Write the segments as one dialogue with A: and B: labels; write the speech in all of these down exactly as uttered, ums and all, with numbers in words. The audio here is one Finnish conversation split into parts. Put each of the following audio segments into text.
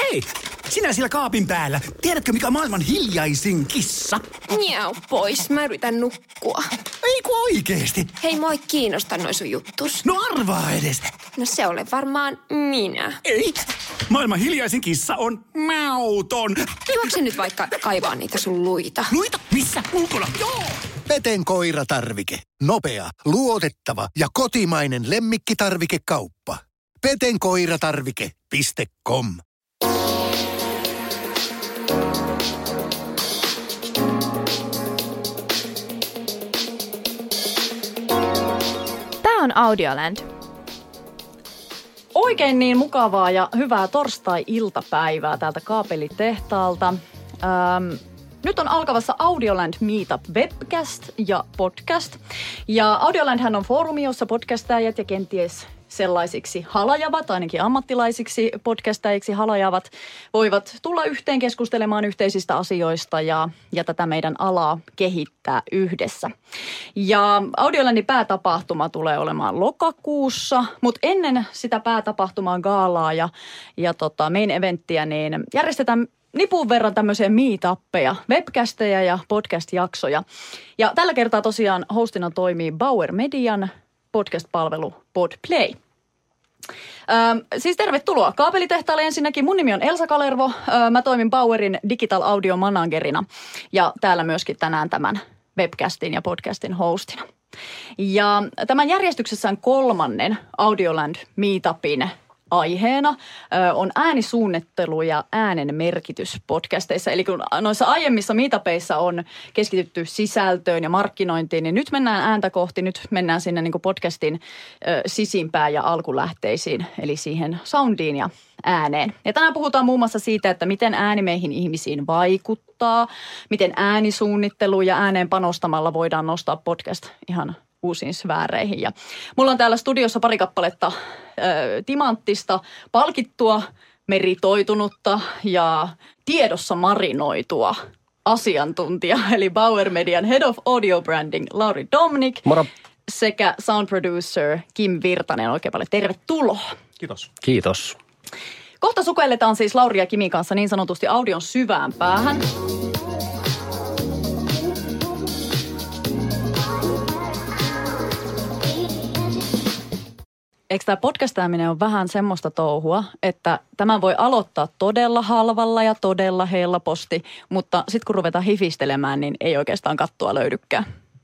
A: Hei, sinä siellä kaapin päällä. Tiedätkö, mikä on maailman hiljaisin kissa?
B: Miau pois, mä yritän nukkua.
A: Ei kun oikeesti.
B: Hei, mua ei kiinnosta noi sun juttus.
A: No arvaa edes.
B: No se ole varmaan minä.
A: Ei. Maailman hiljaisin kissa on mauton.
B: Juokse nyt vaikka kaivaa niitä sun luita.
A: Luita? Missä? Ulkona? Joo.
C: Peten koiratarvike. Nopea, luotettava ja kotimainen lemmikkitarvikekauppa. peten koiratarvike piste com.
D: Tämä on Audioland.
E: Oikein niin mukavaa ja hyvää torstai-iltapäivää täältä kaapelitehtaalta. Ähm, nyt on alkavassa Audioland Meetup webcast ja podcast. Ja Audiolandhän on foorumi, jossa podcastajat ja kenties sellaisiksi halajavat, ainakin ammattilaisiksi podcastajiksi halajavat, voivat tulla yhteen keskustelemaan yhteisistä asioista ja, ja tätä meidän alaa kehittää yhdessä. Ja Audiolandin päätapahtuma tulee olemaan lokakuussa, mutta ennen sitä päätapahtumaa gaalaa ja, ja tota main eventtiä, niin järjestetään nipun verran tämmöisiä meetappeja, webcasteja ja podcast-jaksoja. Ja tällä kertaa tosiaan hostina toimii Bauer Median podcast-palvelu Podplay. Öö, siis tervetuloa Kaapelitehtaalle ensinnäkin. Mun nimi on Elsa Kalervo. Öö, mä toimin Bauerin Digital Audio Managerina ja täällä myöskin tänään tämän webcastin ja podcastin hostina. Ja tämän järjestyksessään kolmannen Audioland Meetupin aiheena ö, on äänisuunnittelu ja äänen merkitys podcasteissa. Eli kun noissa aiemmissa meetupeissa on keskitytty sisältöön ja markkinointiin, niin nyt mennään ääntä kohti, nyt mennään sinne niin kuin podcastin ö, sisimpään ja alkulähteisiin, eli siihen soundiin ja ääneen. Ja tänään puhutaan muun muassa siitä, että miten ääni meihin ihmisiin vaikuttaa, miten äänisuunnittelu ja ääneen panostamalla voidaan nostaa podcast ihan uusiin sfääreihin. Ja mulla on täällä studiossa pari kappaletta ö, timanttista, palkittua, meritoitunutta ja tiedossa marinoitua asiantuntija, eli Bauer Median Head of Audio Branding Lauri Domnik.
F: Moro.
E: Sekä sound producer Kim Virtanen. Oikein paljon tervetuloa.
F: Kiitos. Kiitos.
E: Kohta sukelletaan siis Lauri ja Kimin kanssa niin sanotusti audion syvään päähän. Eikö tämä podcastaaminen ole vähän semmoista touhua, että tämän voi aloittaa todella halvalla ja todella helposti, mutta sitten kun ruvetaan hifistelemään, niin ei oikeastaan kattoa löydykään.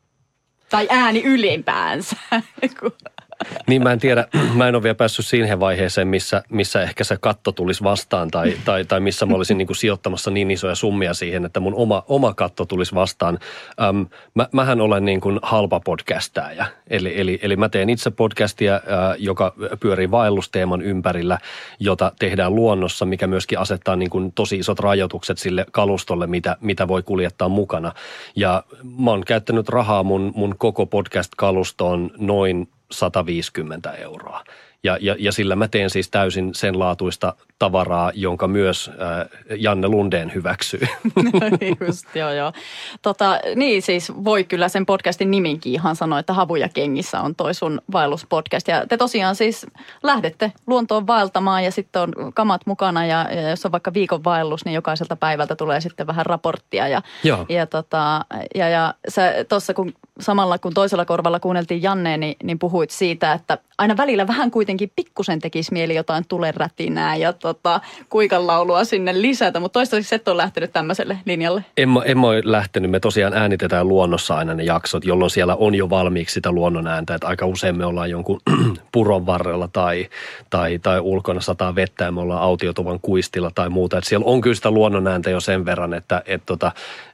E: Tai ääni ylimpäänsä.
F: Niin mä en tiedä, mä en ole vielä päässyt siihen vaiheeseen, missä, missä ehkä se katto tulisi vastaan tai, tai, tai missä mä olisin niin kuin sijoittamassa niin isoja summia siihen, että mun oma, oma katto tulisi vastaan. Öm, mä, mähän olen niin kuin halpa podcastaja, eli, eli, eli mä teen itse podcastia, ää, joka pyörii vaellusteeman ympärillä, jota tehdään luonnossa, mikä myöskin asettaa niin kuin tosi isot rajoitukset sille kalustolle, mitä, mitä voi kuljettaa mukana. Ja mä oon käyttänyt rahaa mun, mun koko podcast-kalustoon noin sata viisikymmentä euroa. Ja, ja, ja sillä mä teen siis täysin sen laatuista tavaraa, jonka myös äh, Janne Lundeen hyväksyy.
E: No just, joo joo. Tota, niin siis voi kyllä sen podcastin niminkin ihan sanoa, että Havuja kengissä on toi sun vaelluspodcast. Ja te tosiaan siis lähdette luontoon vaeltamaan ja sitten on kamat mukana ja, ja jos on vaikka viikon vaellus, niin jokaiselta päivältä tulee sitten vähän raporttia. Ja, ja, tota, ja, ja sä tuossa kun samalla kun toisella korvalla kuunneltiin Janneen, niin, niin puhuit siitä, että aina välillä vähän kuitenkin pikkusen tekisi mieli jotain tulenrätinää ja tota, kuikanlaulua sinne lisätä, mutta toistaiseksi et ole lähtenyt tämmöiselle linjalle.
F: En mä, en mä ole lähtenyt. Me tosiaan äänitetään luonnossa aina ne jaksot, jolloin siellä on jo valmiiksi sitä luonnon ääntä, että aika usein me ollaan jonkun puron varrella tai, tai, tai ulkona sataa vettä ja me ollaan autiotuvan kuistilla tai muuta. Että siellä on kyllä sitä luonnon ääntä jo sen verran, että et tota,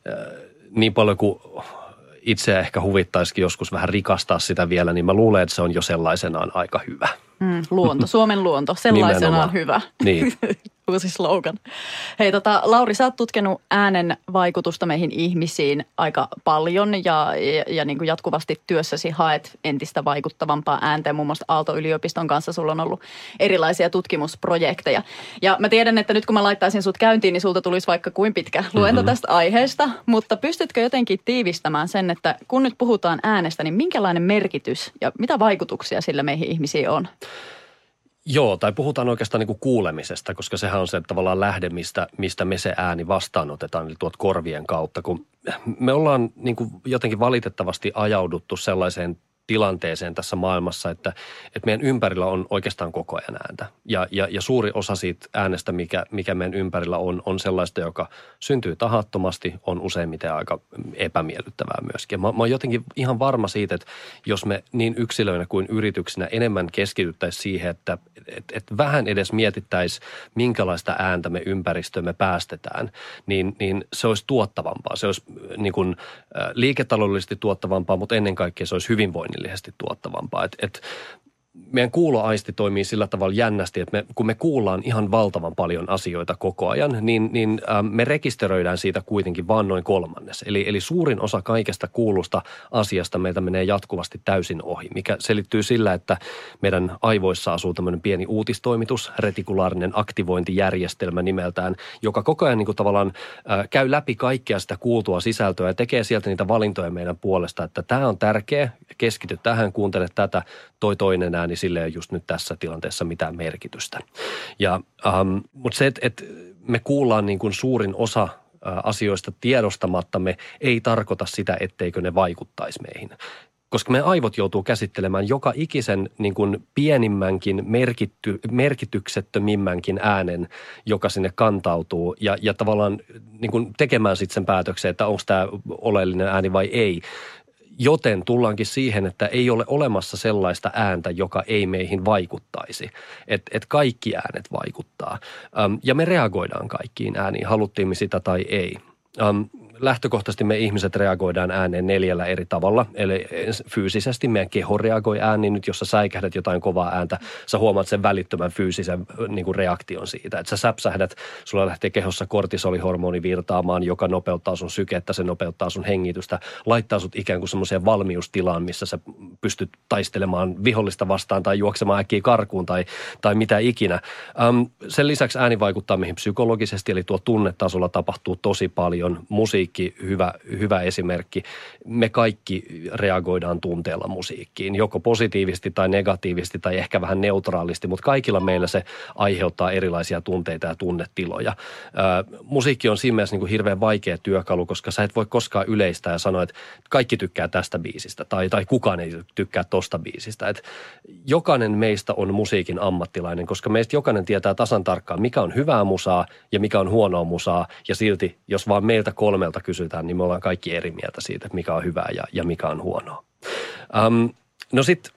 F: niin paljon kuin itseä ehkä huvittaisikin joskus vähän rikastaa sitä vielä, niin mä luulen, että se on jo sellaisenaan aika hyvä.
E: Mm, luonto, Suomen luonto, sellaisenaan hyvä.
F: Niin.
E: Uusi slogan. Hei tota, Lauri, sä oot tutkinut äänen vaikutusta meihin ihmisiin aika paljon ja, ja, ja niin kuin jatkuvasti työssäsi haet entistä vaikuttavampaa ääntä. Muun muassa Aalto-yliopiston kanssa sulla on ollut erilaisia tutkimusprojekteja. Ja mä tiedän, että nyt kun mä laittaisin sut käyntiin, niin sulta tulisi vaikka kuin pitkä luento mm-hmm. tästä aiheesta. Mutta pystytkö jotenkin tiivistämään sen, että kun nyt puhutaan äänestä, niin minkälainen merkitys ja mitä vaikutuksia sillä meihin ihmisiin on?
F: Joo, tai puhutaan oikeastaan niin kuin kuulemisesta, koska sehän on se tavallaan lähde, mistä, mistä me se ääni vastaanotetaan, eli tuot korvien kautta. Kun me ollaan niin kuin jotenkin valitettavasti ajauduttu sellaiseen tilanteeseen tässä maailmassa, että, että meidän ympärillä on oikeastaan koko ajan ääntä. Ja, ja, ja suuri osa siitä äänestä, mikä, mikä meidän ympärillä on, on sellaista, joka syntyy tahattomasti, on useimmiten aika epämiellyttävää myöskin. Mä, mä oon jotenkin ihan varma siitä, että jos me niin yksilöinä kuin yrityksinä enemmän keskityttäisiin siihen, että et, et vähän edes mietittäisiin, minkälaista ääntä me ympäristömme päästetään, niin, niin se olisi tuottavampaa. Se olisi niin kuin, äh, liiketaloudellisesti tuottavampaa, mutta ennen kaikkea se olisi hyvinvoinnin tuottavampaa. Et, et meidän kuuloaisti toimii sillä tavalla jännästi, että me, kun me kuullaan ihan valtavan paljon asioita koko ajan, niin, niin äh, me rekisteröidään siitä kuitenkin vain noin kolmannes. Eli, eli suurin osa kaikesta kuulusta asiasta meiltä menee jatkuvasti täysin ohi, mikä selittyy sillä, että meidän aivoissa asuu tämmöinen pieni uutistoimitus, retikulaarinen aktivointijärjestelmä nimeltään, joka koko ajan niin kuin tavallaan äh, käy läpi kaikkea sitä kuultua sisältöä ja tekee sieltä niitä valintoja meidän puolesta, että tämä on tärkeä, keskity tähän, kuuntele tätä, toi toinen ääni, niin sille ei ole just nyt tässä tilanteessa mitään merkitystä. Ja, ähm, mutta se, että et me kuullaan niin kuin suurin osa äh, asioista tiedostamattamme, ei tarkoita sitä, etteikö ne vaikuttaisi meihin. Koska meidän aivot joutuu käsittelemään joka ikisen niin kuin pienimmänkin merkitty, merkityksettömimmänkin äänen, joka sinne kantautuu ja, ja tavallaan niin kuin tekemään sitten sen päätöksen, että onko tämä oleellinen ääni vai ei. Joten tullaankin siihen, että ei ole olemassa sellaista ääntä, joka ei meihin vaikuttaisi. Että et kaikki äänet vaikuttaa. Öm, ja me reagoidaan kaikkiin ääniin, haluttiin me sitä tai ei. Öm, lähtökohtaisesti me ihmiset reagoidaan ääneen neljällä eri tavalla. Eli fyysisesti meidän keho reagoi ääniin. Nyt jos sä säikähdät jotain kovaa ääntä, sä huomaat sen välittömän fyysisen niin kuin reaktion siitä. Että sä säpsähdät, sulla lähtee kehossa kortisolihormoni virtaamaan, joka nopeuttaa sun sykettä, se nopeuttaa sun hengitystä, laittaa sut ikään kuin semmoiseen valmiustilaan, missä sä pystyt taistelemaan vihollista vastaan tai juoksemaan äkkiä karkuun tai, tai mitä ikinä. Um, sen lisäksi ääni vaikuttaa meihin psykologisesti, eli tuo tunnetasolla tapahtuu tosi paljon. Musiikki, hyvä, hyvä esimerkki. Me kaikki reagoidaan tunteella musiikkiin, joko positiivisesti tai negatiivisesti tai ehkä vähän neutraalisti, mutta kaikilla meillä se aiheuttaa erilaisia tunteita ja tunnetiloja. Ö, musiikki on siinä mielessä niin kuin hirveän vaikea työkalu, koska sä et voi koskaan yleistää ja sanoa, että kaikki tykkää tästä biisistä tai, tai kukaan ei tykkää tosta biisistä. Et jokainen meistä on musiikin ammattilainen, koska meistä jokainen tietää tasan tarkkaan, mikä on hyvää musaa ja mikä on huonoa musaa ja silti, jos vaan meiltä kolmelta kysytään, niin me ollaan kaikki eri mieltä siitä, että mikä on hyvää ja, ja mikä on huonoa. Um, no sitten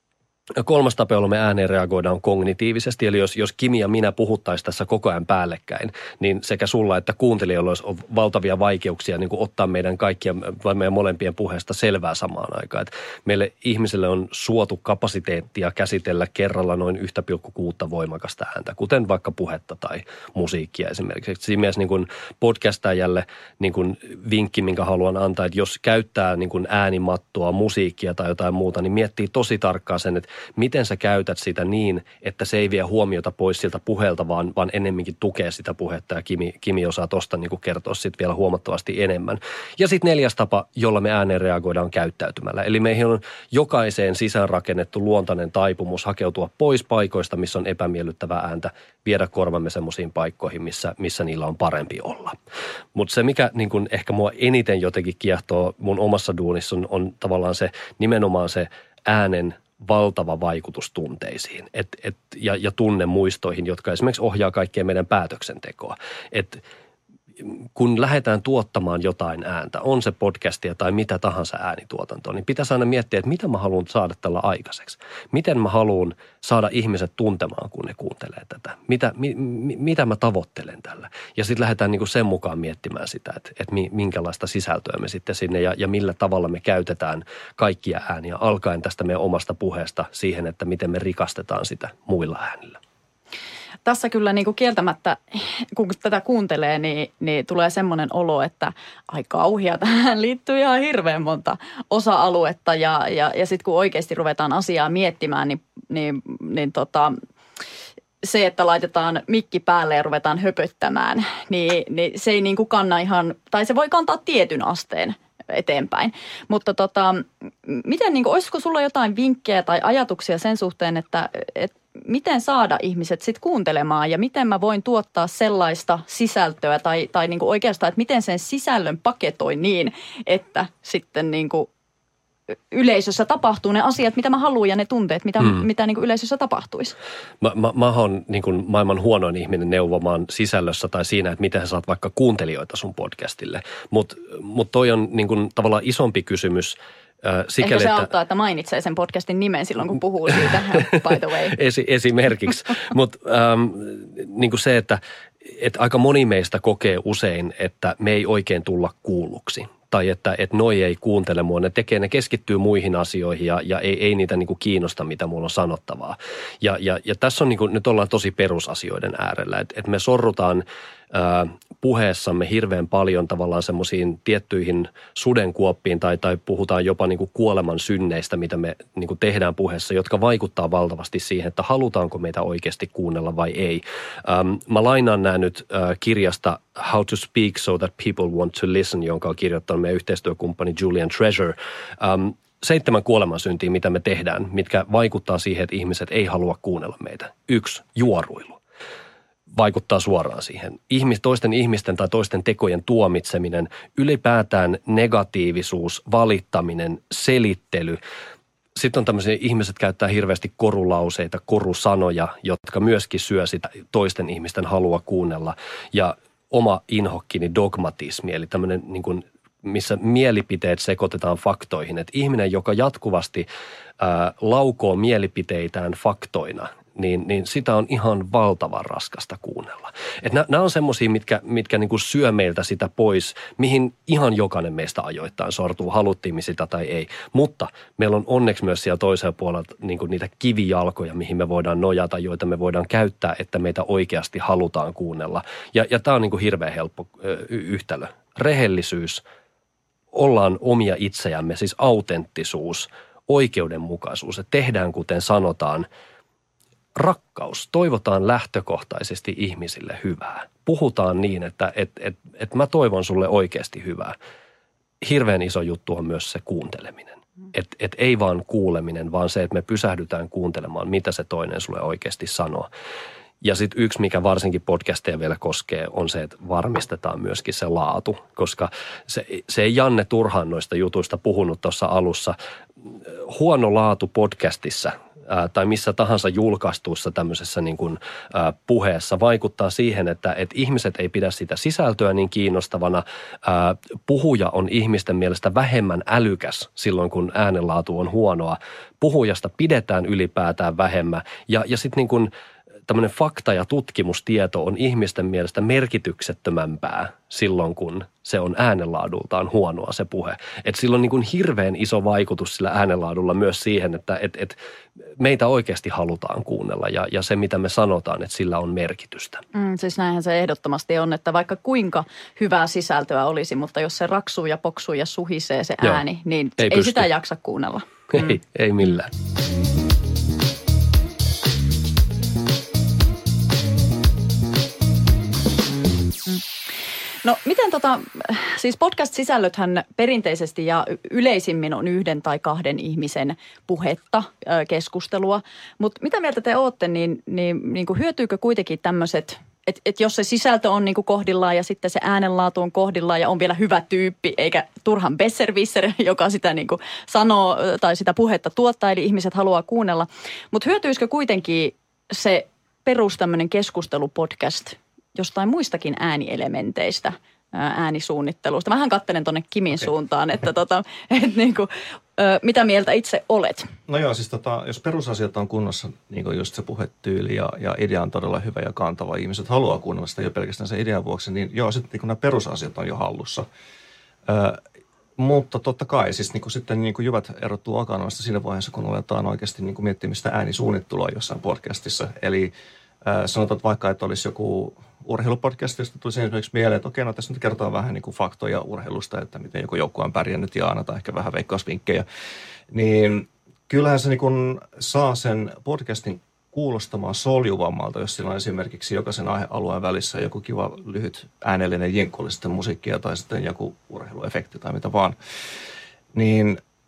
F: kolmas tapa, jolla me ääneen reagoidaan kognitiivisesti, eli jos, jos Kimi ja minä puhuttaisiin tässä koko ajan päällekkäin, niin sekä sulla että kuuntelijoilla olisi valtavia vaikeuksia niin kuin ottaa meidän kaikkien, vai meidän molempien puheesta selvää samaan aikaan. Et meille ihmisille on suotu kapasiteettia käsitellä kerralla noin yksi pilkku kuusi voimakasta ääntä, kuten vaikka puhetta tai musiikkia esimerkiksi. Siinä mielessä niin kuin podcastajalle niin kuin vinkki, minkä haluan antaa, että jos käyttää niin kuin äänimattoa, musiikkia tai jotain muuta, niin miettii tosi tarkkaan sen, että miten sä käytät sitä niin, että se ei vie huomiota pois siltä puheelta, vaan, vaan ennemminkin tukee sitä puhetta. Ja Kimi, Kimi osaa tuosta niin kertoa sitten vielä huomattavasti enemmän. Ja sitten neljäs tapa, jolla me ääneen reagoidaan, on käyttäytymällä. Eli meihin on jokaiseen sisäänrakennettu luontainen taipumus hakeutua pois paikoista, missä on epämiellyttävää ääntä, viedä korvamme semmoisiin paikkoihin, missä, missä niillä on parempi olla. Mutta se, mikä niin kun ehkä mua eniten jotenkin kiehtoo mun omassa duunissa, on, on tavallaan se nimenomaan se äänen valtava vaikutus tunteisiin et, et, ja, ja tunnemuistoihin, jotka esimerkiksi ohjaa kaikkea meidän päätöksentekoa. Et kun lähdetään tuottamaan jotain ääntä, on se podcastia tai mitä tahansa äänituotantoa, niin pitäisi aina miettiä, että mitä mä haluan saada tällä aikaiseksi. Miten mä haluan saada ihmiset tuntemaan, kun ne kuuntelee tätä. Mitä, mi, mi, mitä mä tavoittelen tällä. Ja sitten lähdetään niinku sen mukaan miettimään sitä, että, että minkälaista sisältöä me sitten sinne ja, ja millä tavalla me käytetään kaikkia ääniä, alkaen tästä meidän omasta puheesta siihen, että miten me rikastetaan sitä muilla äänillä.
E: Tässä kyllä niin kuin kieltämättä, kun tätä kuuntelee, niin, niin tulee semmoinen olo, että ai kauhia, tähän liittyy ihan hirveän monta osa-aluetta. Ja, ja, ja sitten kun oikeasti ruvetaan asiaa miettimään, niin, niin, niin tota, se, että laitetaan mikki päälle ja ruvetaan höpöttämään, niin, niin se ei niin kuin kanna ihan, tai se voi kantaa tietyn asteen eteenpäin. Mutta tota, miten, niin kuin, olisiko sulla jotain vinkkejä tai ajatuksia sen suhteen, että et, miten saada ihmiset sitten kuuntelemaan ja miten mä voin tuottaa sellaista sisältöä tai, tai niin kuin oikeastaan, että miten sen sisällön paketoi niin, että sitten niin kuin yleisössä tapahtuu ne asiat, mitä mä haluan ja ne tunteet, mitä, mm. mitä niin kuin yleisössä tapahtuisi. Mä,
F: mä, mä oon niin kuin maailman huonoin ihminen neuvomaan sisällössä tai siinä, että miten sä saat vaikka kuuntelijoita sun podcastille. Mutta mut toi on niin kuin tavallaan isompi kysymys. Äh, sikäli,
E: Ehkä se
F: että,
E: auttaa, että mainitsee sen podcastin nimen silloin, kun puhuu siitä, by the way.
F: Esi, esimerkiksi. Mutta ähm, niin kuin se, että et aika moni meistä kokee usein, että me ei oikein tulla kuulluksi. Tai että, että noi ei kuuntele mua, ne tekee, ne keskittyy muihin asioihin ja, ja ei, ei niitä niin kuin kiinnosta, mitä mulla on sanottavaa. Ja, ja, ja tässä on niin kuin, nyt ollaan tosi perusasioiden äärellä, että, että me sorrutaan ää, puheessamme hirveän paljon tavallaan semmoisiin tiettyihin sudenkuoppiin tai, tai puhutaan jopa niin kuin kuoleman synneistä, mitä me niin kuin tehdään puheessa, jotka vaikuttaa valtavasti siihen, että halutaanko meitä oikeasti kuunnella vai ei. Ähm, mä lainaan nämä nyt äh, kirjasta How to Speak so that people want to listen, jonka on kirjoittanut meidän yhteistyökumppani Julian Treasure. Ähm, seitsemän kuolemansyntiä, mitä me tehdään, mitkä vaikuttaa siihen, että ihmiset ei halua kuunnella meitä. Yksi, juoruilu. Vaikuttaa suoraan siihen. Ihmis, toisten ihmisten tai toisten tekojen tuomitseminen, ylipäätään negatiivisuus, valittaminen, selittely. Sitten on tämmöisiä, ihmiset käyttää hirveästi korulauseita, korusanoja, jotka myöskin syö sitä toisten ihmisten halua kuunnella. Ja oma inhokkini dogmatismi, eli tämmöinen niin kuin, missä mielipiteet sekoitetaan faktoihin. Että ihminen, joka jatkuvasti ää, laukoo mielipiteitään faktoina, niin, niin sitä on ihan valtavan raskasta kuunnella. Että nämä on semmoisia, mitkä, mitkä niin kuin syö meiltä sitä pois, mihin ihan jokainen meistä ajoittain sortuu, haluttiin me sitä tai ei. Mutta meillä on onneksi myös siellä toisella puolella niin kuin niitä kivijalkoja, mihin me voidaan nojata, joita me voidaan käyttää, että meitä oikeasti halutaan kuunnella. Ja, ja tämä on niin kuin hirveän helppo ö, yhtälö. Rehellisyys, ollaan omia itsejämme, siis autenttisuus, oikeudenmukaisuus, että tehdään kuten sanotaan. Rakkaus. Toivotaan lähtökohtaisesti ihmisille hyvää. Puhutaan niin, että et, et, et mä toivon sulle oikeasti hyvää. Hirveän iso juttu on myös se kuunteleminen. Että et ei vaan kuuleminen, vaan se, että me pysähdytään kuuntelemaan, mitä se toinen sulle oikeasti sanoo. Ja sitten yksi, mikä varsinkin podcasteja vielä koskee, on se, että varmistetaan myöskin se laatu, koska se, se ei Janne turhaan noista jutuista puhunut tuossa alussa. Huono laatu podcastissa ää, tai missä tahansa julkaistussa tämmöisessä niin kuin, ää, puheessa vaikuttaa siihen, että et ihmiset ei pidä sitä sisältöä niin kiinnostavana. Ää, puhuja on ihmisten mielestä vähemmän älykäs silloin, kun äänenlaatu on huonoa. Puhujasta pidetään ylipäätään vähemmän ja, ja sitten niin kuin tämmöinen fakta- ja tutkimustieto on ihmisten mielestä merkityksettömämpää silloin, kun se on äänenlaadultaan huonoa se puhe. Että sillä on niin kuin hirveän iso vaikutus sillä äänenlaadulla myös siihen, että et, et meitä oikeasti halutaan kuunnella ja, ja se, mitä me sanotaan, että sillä on merkitystä. Mm,
E: siis näinhän se ehdottomasti on, että vaikka kuinka hyvää sisältöä olisi, mutta jos se raksuu ja poksuu ja suhisee se ääni, Joo, niin ei, ei sitä jaksa kuunnella.
F: Mm. Ei, ei millään.
E: No miten tota, siis podcast-sisällöthän perinteisesti ja yleisimmin on yhden tai kahden ihmisen puhetta, keskustelua, mutta mitä mieltä te ootte, niin, niin, niin kuin hyötyykö kuitenkin tämmöiset, että et jos se sisältö on niin kuin kohdillaan ja sitten se äänenlaatu on kohdillaan ja on vielä hyvä tyyppi, eikä turhan besserwisser, joka sitä niin kuin sanoo tai sitä puhetta tuottaa, eli ihmiset haluaa kuunnella, mutta hyötyisikö kuitenkin se perus tämmöinen keskustelupodcast jostain muistakin äänielementeistä, äänisuunnittelusta. Vähän katselen tuonne Kimin okay. suuntaan, että tota, et niinku, mitä mieltä itse olet?
D: No joo, siis tota, jos perusasiat on kunnossa, niin kuin just se puhetyyli ja, ja idea on todella hyvä ja kantava, ihmiset haluaa kuunnella sitä jo pelkästään sen idean vuoksi, niin joo, sitten niin nämä perusasiat on jo hallussa. Ö, mutta totta kai, siis niin kuin sitten niin kuin jyvät erottuu akanoista siinä vaiheessa, kun aletaan oikeasti niin kuin miettimistä äänisuunnittelua jossain podcastissa. Eli ö, sanotaan vaikka, että olisi joku urheilupodcast, josta tulisi esimerkiksi mieleen, että okei, no tässä nyt kerrotaan vähän niin kuin faktoja urheilusta, että miten joku joukkue on pärjännyt ja annetaan ehkä vähän veikkausvinkkejä. Niin kyllähän se niin kuin saa sen podcastin kuulostamaan soljuvammalta, jos siinä on esimerkiksi jokaisen aihealueen välissä joku kiva lyhyt äänellinen jinkku, sitten musiikkia tai sitten joku urheiluefekti tai mitä vaan. Niin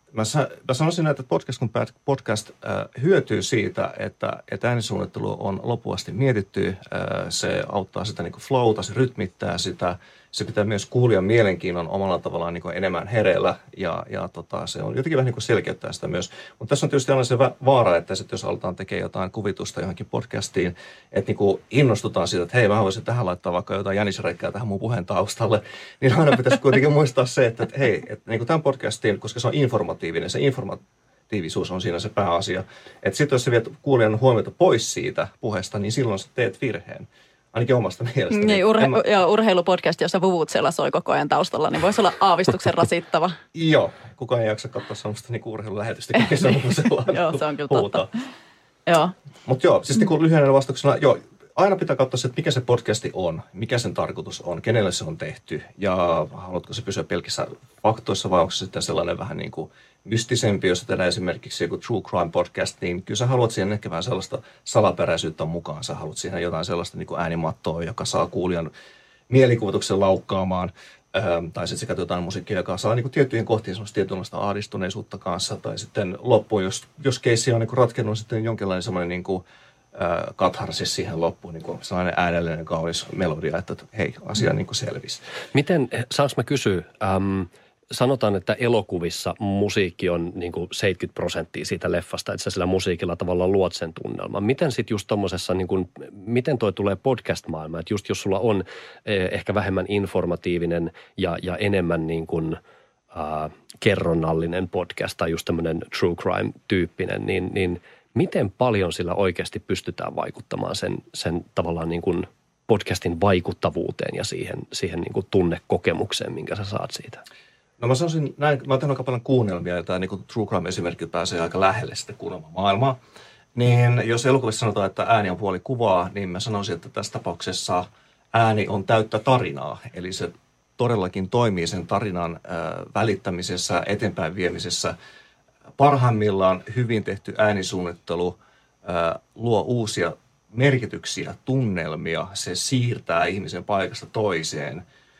D: Mä, mä sanoisin, että podcast kun podcast äh, hyötyy siitä, että, että äänisuunnittelu on loppuasti mietitty. Äh, se auttaa sitä niin kuin flowta, se rytmittää sitä. Se pitää myös kuulijan mielenkiinnon omalla tavallaan niin kuin enemmän hereillä ja, ja tota, se on jotenkin vähän niin kuin selkeyttää sitä myös. Mutta tässä on tietysti aina se vaara, että sit jos aletaan tekemään jotain kuvitusta johonkin podcastiin, että niin kuin innostutaan siitä, että hei, mä haluaisin tähän laittaa vaikka jotain jänisreikkää tähän mun puheen taustalle, niin aina pitäisi kuitenkin muistaa se, että, että hei, että niin kuin tämän podcastin, koska se on informatiivinen, se informatiivisuus on siinä se pääasia. Että sitten jos sä viet kuulijan huomiota pois siitä puheesta, niin silloin sä teet virheen. Ainakin omasta mielestäni.
E: Niin, urhe-
D: mä...
E: joo, urheilupodcast, jossa vuvuzela soi koko ajan taustalla, niin voisi olla aavistuksen rasittava.
D: Joo, kukaan ei jaksa katsoa sellaista niin urheilulähetystä, kun se vuvuzela
E: Joo, se on kyllä totta. Joo.
D: Mutta joo, siis niin lyhyenä vastauksena, joo, aina pitää katsoa se, että mikä se podcasti on, mikä sen tarkoitus on, kenelle se on tehty ja haluatko se pysyä pelkissä faktoissa vai onko se sitten sellainen vähän niin kuin mystisempi, jos tehdään esimerkiksi joku True Crime podcast, niin kyllä sä haluat siihen ehkä vähän sellaista salaperäisyyttä mukaan. Sä haluat siihen jotain sellaista niin kuin äänimattoa, joka saa kuulijan mielikuvituksen laukkaamaan. Ähm, tai sitten sä katsot jotain musiikkia, joka saa niin kuin tiettyihin kohtiin semmoista tietynlaista ahdistuneisuutta kanssa. Tai sitten loppuun, jos, jos keissi on niin kuin ratkennut, sitten jonkinlainen semmoinen niin kuin, äh, katharsis siihen loppuun. Niin kuin sellainen äänellinen kaunis melodia, että hei, asia niin kuin selvisi.
F: Miten, saanko mä kysyä... Ähm, Sanotaan, että elokuvissa musiikki on niin kuin seitsemänkymmentä prosenttia siitä leffasta, että sä sillä musiikilla tavallaan luot sen tunnelman. Miten sitten just tommosessa, niin kuin, miten toi tulee podcast-maailmaan? Että just jos sulla on eh, ehkä vähemmän informatiivinen ja, ja enemmän niin kuin, äh, kerronnallinen podcast tai just tämmöinen true crime-tyyppinen, niin, niin miten paljon sillä oikeasti pystytään vaikuttamaan sen, sen tavallaan niin kuin podcastin vaikuttavuuteen ja siihen, siihen niin kuin tunnekokemukseen, minkä sä saat siitä?
D: No mä sanoisin näin, mä oon tehnyt aika paljon kuunnelmia, ja tämä niin True Crime-esimerkki pääsee aika lähelle sitten kuunnelmamaailmaa. Niin jos elokuvissa sanotaan, että ääni on puoli kuvaa, niin mä sanoisin, että tässä tapauksessa ääni on täyttä tarinaa. Eli se todellakin toimii sen tarinan äh, välittämisessä, eteenpäin viemisessä. Parhaimmillaan hyvin tehty äänisuunnittelu äh, luo uusia merkityksiä, tunnelmia, se siirtää ihmisen paikasta toiseen.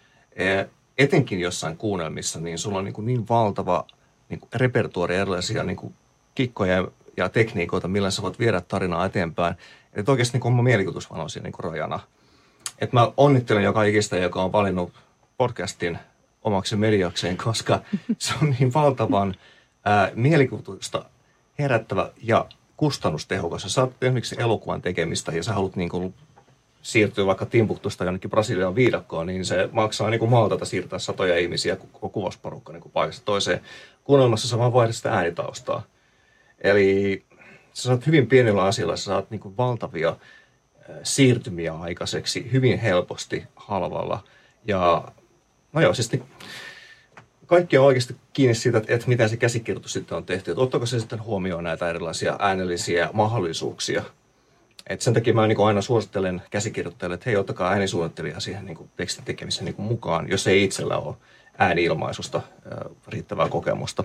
D: Äh, Etenkin jossain kuunnelmissa, niin sulla on niin, niin valtava niin repertuaari erilaisia niin kikkoja ja tekniikoita, millä sä voit viedä tarinaa eteenpäin. Että oikeasti niin oma mielikuvitus vaan on siinä niin rajana. Että mä onnittelen joka ikistä, joka on valinnut podcastin omaksi mediakseen, koska se on niin valtavan ää, mielikuvitusta herättävä ja kustannustehokas. Sä saat esimerkiksi elokuvan tekemistä ja sä haluat niin kuin siirtyy vaikka Timbuktusta jonnekin Brasilian viidakkoon, niin se maksaa niin kuin Maltalta siirtää satoja ihmisiä koko kuvausporukka niin kuin paikasta toiseen. Kuunnelmassa sä vaan vaihdat sitä äänitaustaa. Eli sä saat hyvin pienillä asioilla, sä saat niin kuin valtavia siirtymiä aikaiseksi hyvin helposti, halvalla. Ja no joo, siis niin, kaikki on oikeasti kiinni siitä, että, että miten se käsikirjoitus sitten on tehty. Että ottaako se sitten huomioon näitä erilaisia äänellisiä mahdollisuuksia. Et sen takia mä niin aina suosittelen käsikirjoittajille, että hei, ottakaa äänisuunnittelija siihen niin kuin tekstin tekemiseen niin kuin mukaan, jos ei itsellä ole ääni-ilmaisusta riittävää kokemusta.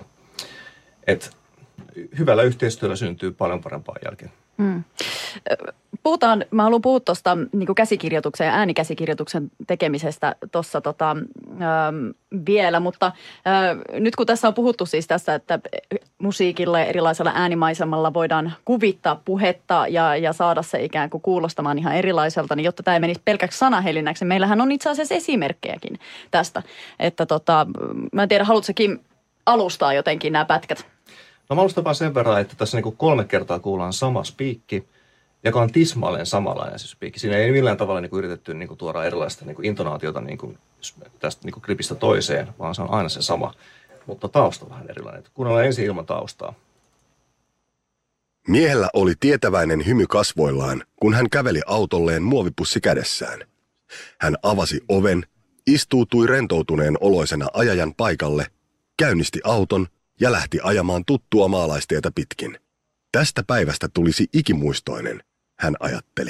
D: Et hyvällä yhteistyöllä syntyy paljon parempaa jälkeen. Hmm.
E: Puhutaan, mä haluan puhua tuosta niin käsikirjoituksen ja äänikäsikirjoituksen tekemisestä tuossa tota, ähm, vielä, mutta äh, nyt kun tässä on puhuttu siis tässä, että musiikilla ja erilaisella äänimaisemalla voidaan kuvittaa puhetta ja, ja saada se ikään kuin kuulostamaan ihan erilaiselta, niin jotta tämä ei menisi pelkäksi sanahelinäksi, meillähän on itse asiassa esimerkkejäkin tästä, että tota, mä en tiedä, haluatko Kim alustaa jotenkin nämä pätkät?
D: No mä alustan vaan sen verran, että tässä niin kolme kertaa kuullaan sama spiikki, joka on tismalleen samanlainen se spiikki. Siinä ei millään tavalla niin kuin yritetty niin kuin tuoda erilaista niin kuin intonaatiota niin kuin tästä niin kuin klipistä toiseen, vaan se on aina se sama, mutta tausta on vähän erilainen. Kuunnellaan ensin ilman taustaa.
G: Miehellä oli tietäväinen hymy kasvoillaan, kun hän käveli autolleen muovipussi kädessään. Hän avasi oven, istuutui rentoutuneen oloisena ajajan paikalle, käynnisti auton ja lähti ajamaan tuttua maalaistietä pitkin. Tästä päivästä tulisi ikimuistoinen, hän ajatteli.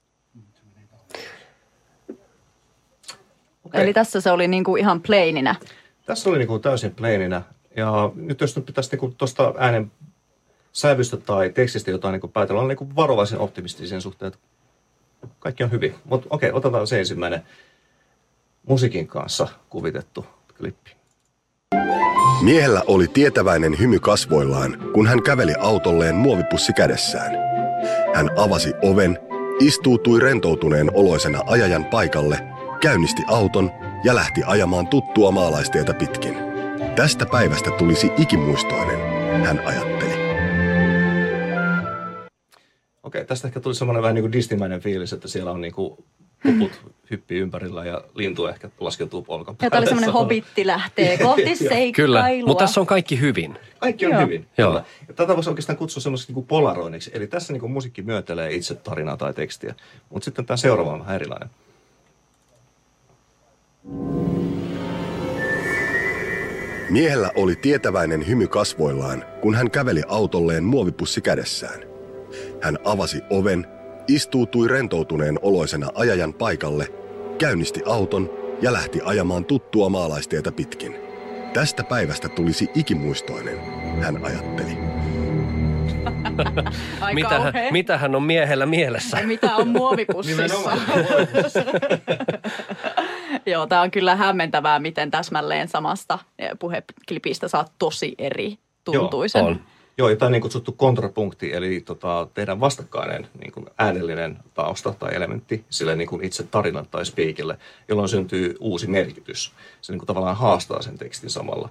E: Okay. Eli tässä se oli niinku ihan plaininä.
D: Tässä oli niinku täysin plaininä. Ja nyt jos nyt pitäisi niinku tuosta äänen sävystä tai tekstistä jotain niinku päätellä, on niinku varovaisen optimistisen suhteen, että kaikki on hyvin. Mutta okei, otetaan se ensimmäinen musiikin kanssa kuvitettu klippi.
G: Miehellä oli tietäväinen hymy kasvoillaan, kun hän käveli autolleen muovipussi kädessään. Hän avasi oven, istuutui rentoutuneen oloisena ajajan paikalle, käynnisti auton ja lähti ajamaan tuttua maalaistietä pitkin. Tästä päivästä tulisi ikimuistoinen, hän ajatteli.
D: Okei, tästä ehkä tuli semmoinen vähän niin kuin Disneymäinen fiilis, että siellä on niin kuin puput hyppii ympärillä ja lintu ehkä laskeutuu olkapäälle.
E: Ja tämä oli semmoinen hobitti lähtee kohti seikkailua.
F: Kyllä, mutta tässä on kaikki hyvin.
D: Kaikki on
E: Joo.
D: hyvin.
F: Joo.
D: Kyllä. Ja tätä voisi oikeastaan kutsua semmoiseksi niin polaroinniksi. Eli tässä niin kuin musiikki myötelee itse tarinaa tai tekstiä. Mutta sitten tämä seuraava on vähän erilainen.
G: Miehellä oli tietäväinen hymy kasvoillaan, kun hän käveli autolleen muovipussi kädessään. Hän avasi oven, istuutui rentoutuneen oloisena ajajan paikalle, käynnisti auton ja lähti ajamaan tuttua maalaistietä pitkin. Tästä päivästä tulisi ikimuistoinen, hän ajatteli.
E: Ai
F: Mitähän,
E: kauhea.
F: mitähän on miehellä mielessä?
E: Ja mitä on muovipussissa? Joo, tämä on kyllä hämmentävää, miten täsmälleen samasta puheklipistä saa tosi eri tuntuisen.
F: On.
D: Joo, ja tämä on niin kutsuttu kontrapunkti, eli tota, tehdään vastakkainen niin kuin äänellinen tausta tai elementti sille niin kuin itse tarinalle tai speakille, jolloin syntyy uusi merkitys. Se niin kuin tavallaan haastaa sen tekstin samalla.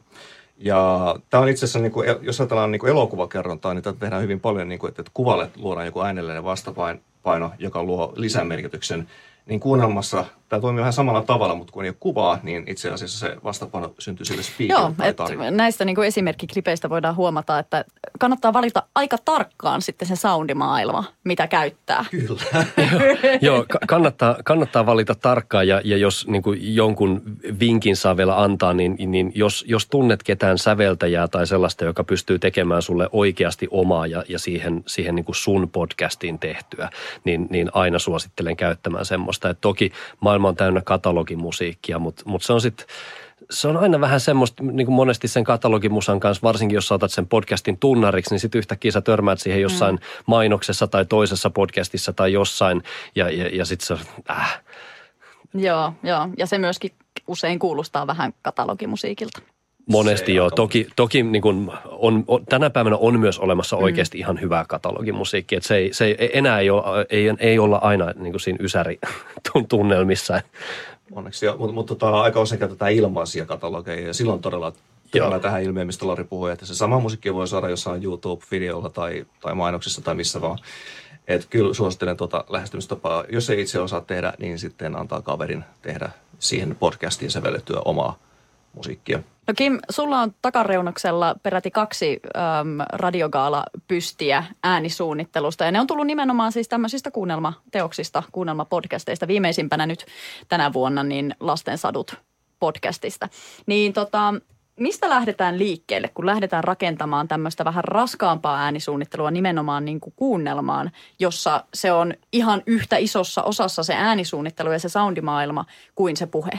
D: Ja tämä on itse asiassa, niin kuin, jos ajatellaan niin kuin elokuvakerrontaa, niin tätä tehdään hyvin paljon, niin kuin, että kuvalle luodaan joku äänellinen vastapaino, joka luo lisämerkityksen. Niin kuunnelmassa tämä toimii vähän samalla tavalla, mutta kun ei ole kuvaa, niin itse asiassa se vastapaino syntyy sille speakille
E: Joo,
D: tai
E: et
D: tarinalle.
E: näistä niin kuin esimerkkiklipeistä voidaan huomata, että kannattaa valita aika tarkkaan sitten se soundimaailma, mitä käyttää.
D: Kyllä.
F: Joo, ka- kannattaa, kannattaa valita tarkkaan ja, ja jos niin kuin jonkun vinkin saa vielä antaa, niin, niin jos, jos tunnet ketään säveltäjää tai sellaista, joka pystyy tekemään sulle oikeasti omaa ja, ja siihen, siihen niin kuin sun podcastiin tehtyä, niin, niin aina suosittelen käyttämään semmoista. Et toki maailma on täynnä katalogimusiikkia, mutta, mutta se on sitten se on aina vähän semmoista, niin kuin monesti sen katalogimusan kanssa, varsinkin jos sä otat sen podcastin tunnariksi, niin sitten yhtäkkiä sä törmäät siihen jossain mm. mainoksessa tai toisessa podcastissa tai jossain, ja, ja, ja sitten se äh.
E: Joo, joo, ja se myöskin usein kuulostaa vähän katalogimusiikki
F: Monesti joo. Toki, toki niin kuin on, on, tänä päivänä on myös olemassa oikeasti mm. ihan hyvää katalogimusiikkia. Että se ei, se ei, enää ei, ole, ei, ei olla aina niin kuin siinä ysäri-tunnelmissa.
D: Onneksi, mutta mut, tota, aika usein käytetään ilmaisia katalogeja ja silloin todella törmää tähän ilmiöön, mistä Lari puhui, että se sama musiikki voi saada jossain YouTube-videolla tai, tai mainoksissa tai missä vaan. Että kyllä suosittelen tuota lähestymistapaa. Jos ei itse osaa tehdä, niin sitten antaa kaverin tehdä siihen podcastiin sävellettyä omaa musiikkia.
E: No Kim, sulla on takareunuksella peräti kaksi äm, radiogaala-pystiä äänisuunnittelusta ja ne on tullut nimenomaan siis tämmöisistä kuunnelmateoksista, kuunnelmapodcasteista. Viimeisimpänä nyt tänä vuonna niin Lasten sadut podcastista. Niin tota, mistä lähdetään liikkeelle, kun lähdetään rakentamaan tämmöistä vähän raskaampaa äänisuunnittelua nimenomaan niin kuin kuunnelmaan, jossa se on ihan yhtä isossa osassa se äänisuunnittelu ja se soundimaailma kuin se puhe?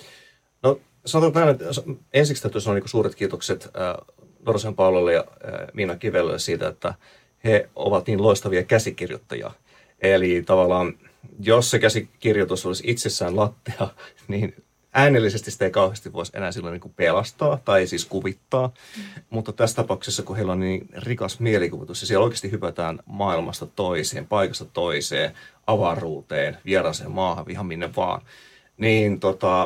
D: No sanotaan näin, että ensiksi täytyy sanoa niin suuret kiitokset äh, Dorosen Paulalle ja äh, Miina Kivelle siitä, että he ovat niin loistavia käsikirjoittajia. Eli tavallaan, jos se käsikirjoitus olisi itsessään lattea, niin äänellisesti sitä ei kauheasti voisi enää silloin niin kuin pelastaa tai siis kuvittaa. Mm. Mutta tässä tapauksessa, kun heillä on niin rikas mielikuvitus ja siellä oikeasti hypätään maailmasta toiseen, paikasta toiseen, avaruuteen, vieraaseen maahan, ihan minne vaan, niin tota...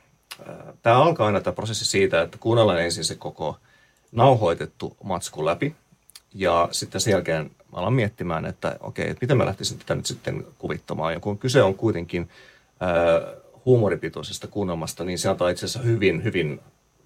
D: Tämä alkaa aina tämä prosessi siitä, että kuunnellaan ensin se koko nauhoitettu matsku läpi ja sitten sen jälkeen mä alan miettimään, että okei, että miten mä lähtisin tätä nyt sitten kuvittamaan. Ja kun kyse on kuitenkin äh, huumoripitoisesta kuunnelmasta, niin se antaa itse asiassa hyvin, hyvin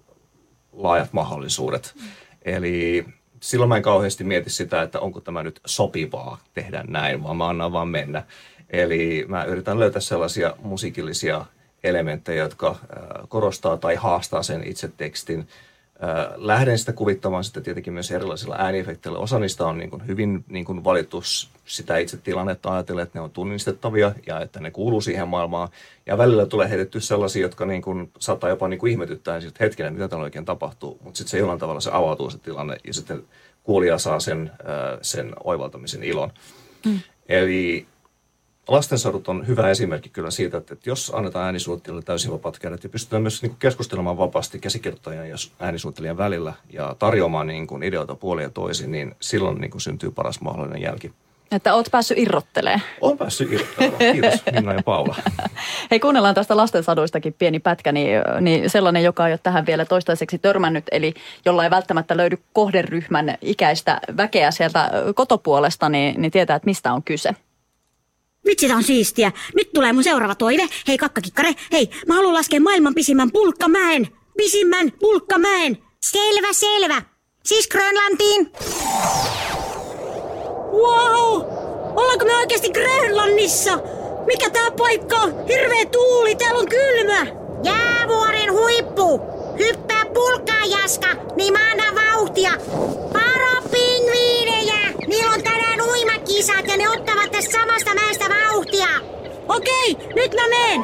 D: laajat mahdollisuudet. Mm. Eli silloin mä en kauheasti mieti sitä, että onko tämä nyt sopivaa tehdä näin, vaan mä annan vaan mennä. Eli mä yritän löytää sellaisia musiikillisia elementtejä, jotka korostaa tai haastaa sen itse tekstin. Lähden sitä kuvittamaan sitten tietenkin myös erilaisilla ääniefekteillä. Osa niistä on niin kuin hyvin niin kuin valittu sitä itse tilannetta ajatellen, että ne on tunnistettavia ja että ne kuuluu siihen maailmaan. Ja välillä tulee heitetty sellaisia, jotka niin kuin saattaa jopa niin kuin ihmetyttää, niin sitten hetkinen, mitä täällä oikein tapahtuu. Mutta sitten se jollain tavalla se avautuu se tilanne ja sitten kuulija saa sen, sen oivaltamisen ilon. Mm. Eli lastensadut on hyvä esimerkki kyllä siitä, että, että jos annetaan äänisuunnittelijalle täysin vapaat kädet ja pystytään myös niin kuin keskustelemaan vapaasti käsikirjoittajan ja äänisuunnittelijan välillä ja tarjoamaan niin kuin ideoita puolin ja toisin, niin silloin niin kuin syntyy paras mahdollinen jälki.
E: Että oot päässyt irrottelemaan.
D: Olen päässyt irrottelemaan. Kiitos Minna ja Paula.
E: Hei, kuunnellaan tästä lastensaduistakin pieni pätkä, niin, niin sellainen, joka ei ole tähän vielä toistaiseksi törmännyt, eli jolla ei välttämättä löydy kohderyhmän ikäistä väkeä sieltä kotopuolesta, niin, niin tietää, että mistä on kyse.
H: Vitsi, tää on siistiä. Nyt tulee mun seuraava toive. Hei kakkakikkare, hei, mä haluan laskea maailman pisimmän pulkkamäen. Pisimmän pulkkamäen. Selvä, selvä. Siis Grönlantiin. Wow! Ollaanko me oikeasti Grönlannissa? Mikä tää paikka on? Hirveä tuuli, täällä on kylmä. Jäävuoren huippu. Hyppää pulkkaan, Jaska, niin mä annan vauhtia. Varo pingviinejä! Niillä on tänään uimakisat ja ne ottavat tästä samasta mäestä vauhtia. Okei, nyt mä menen.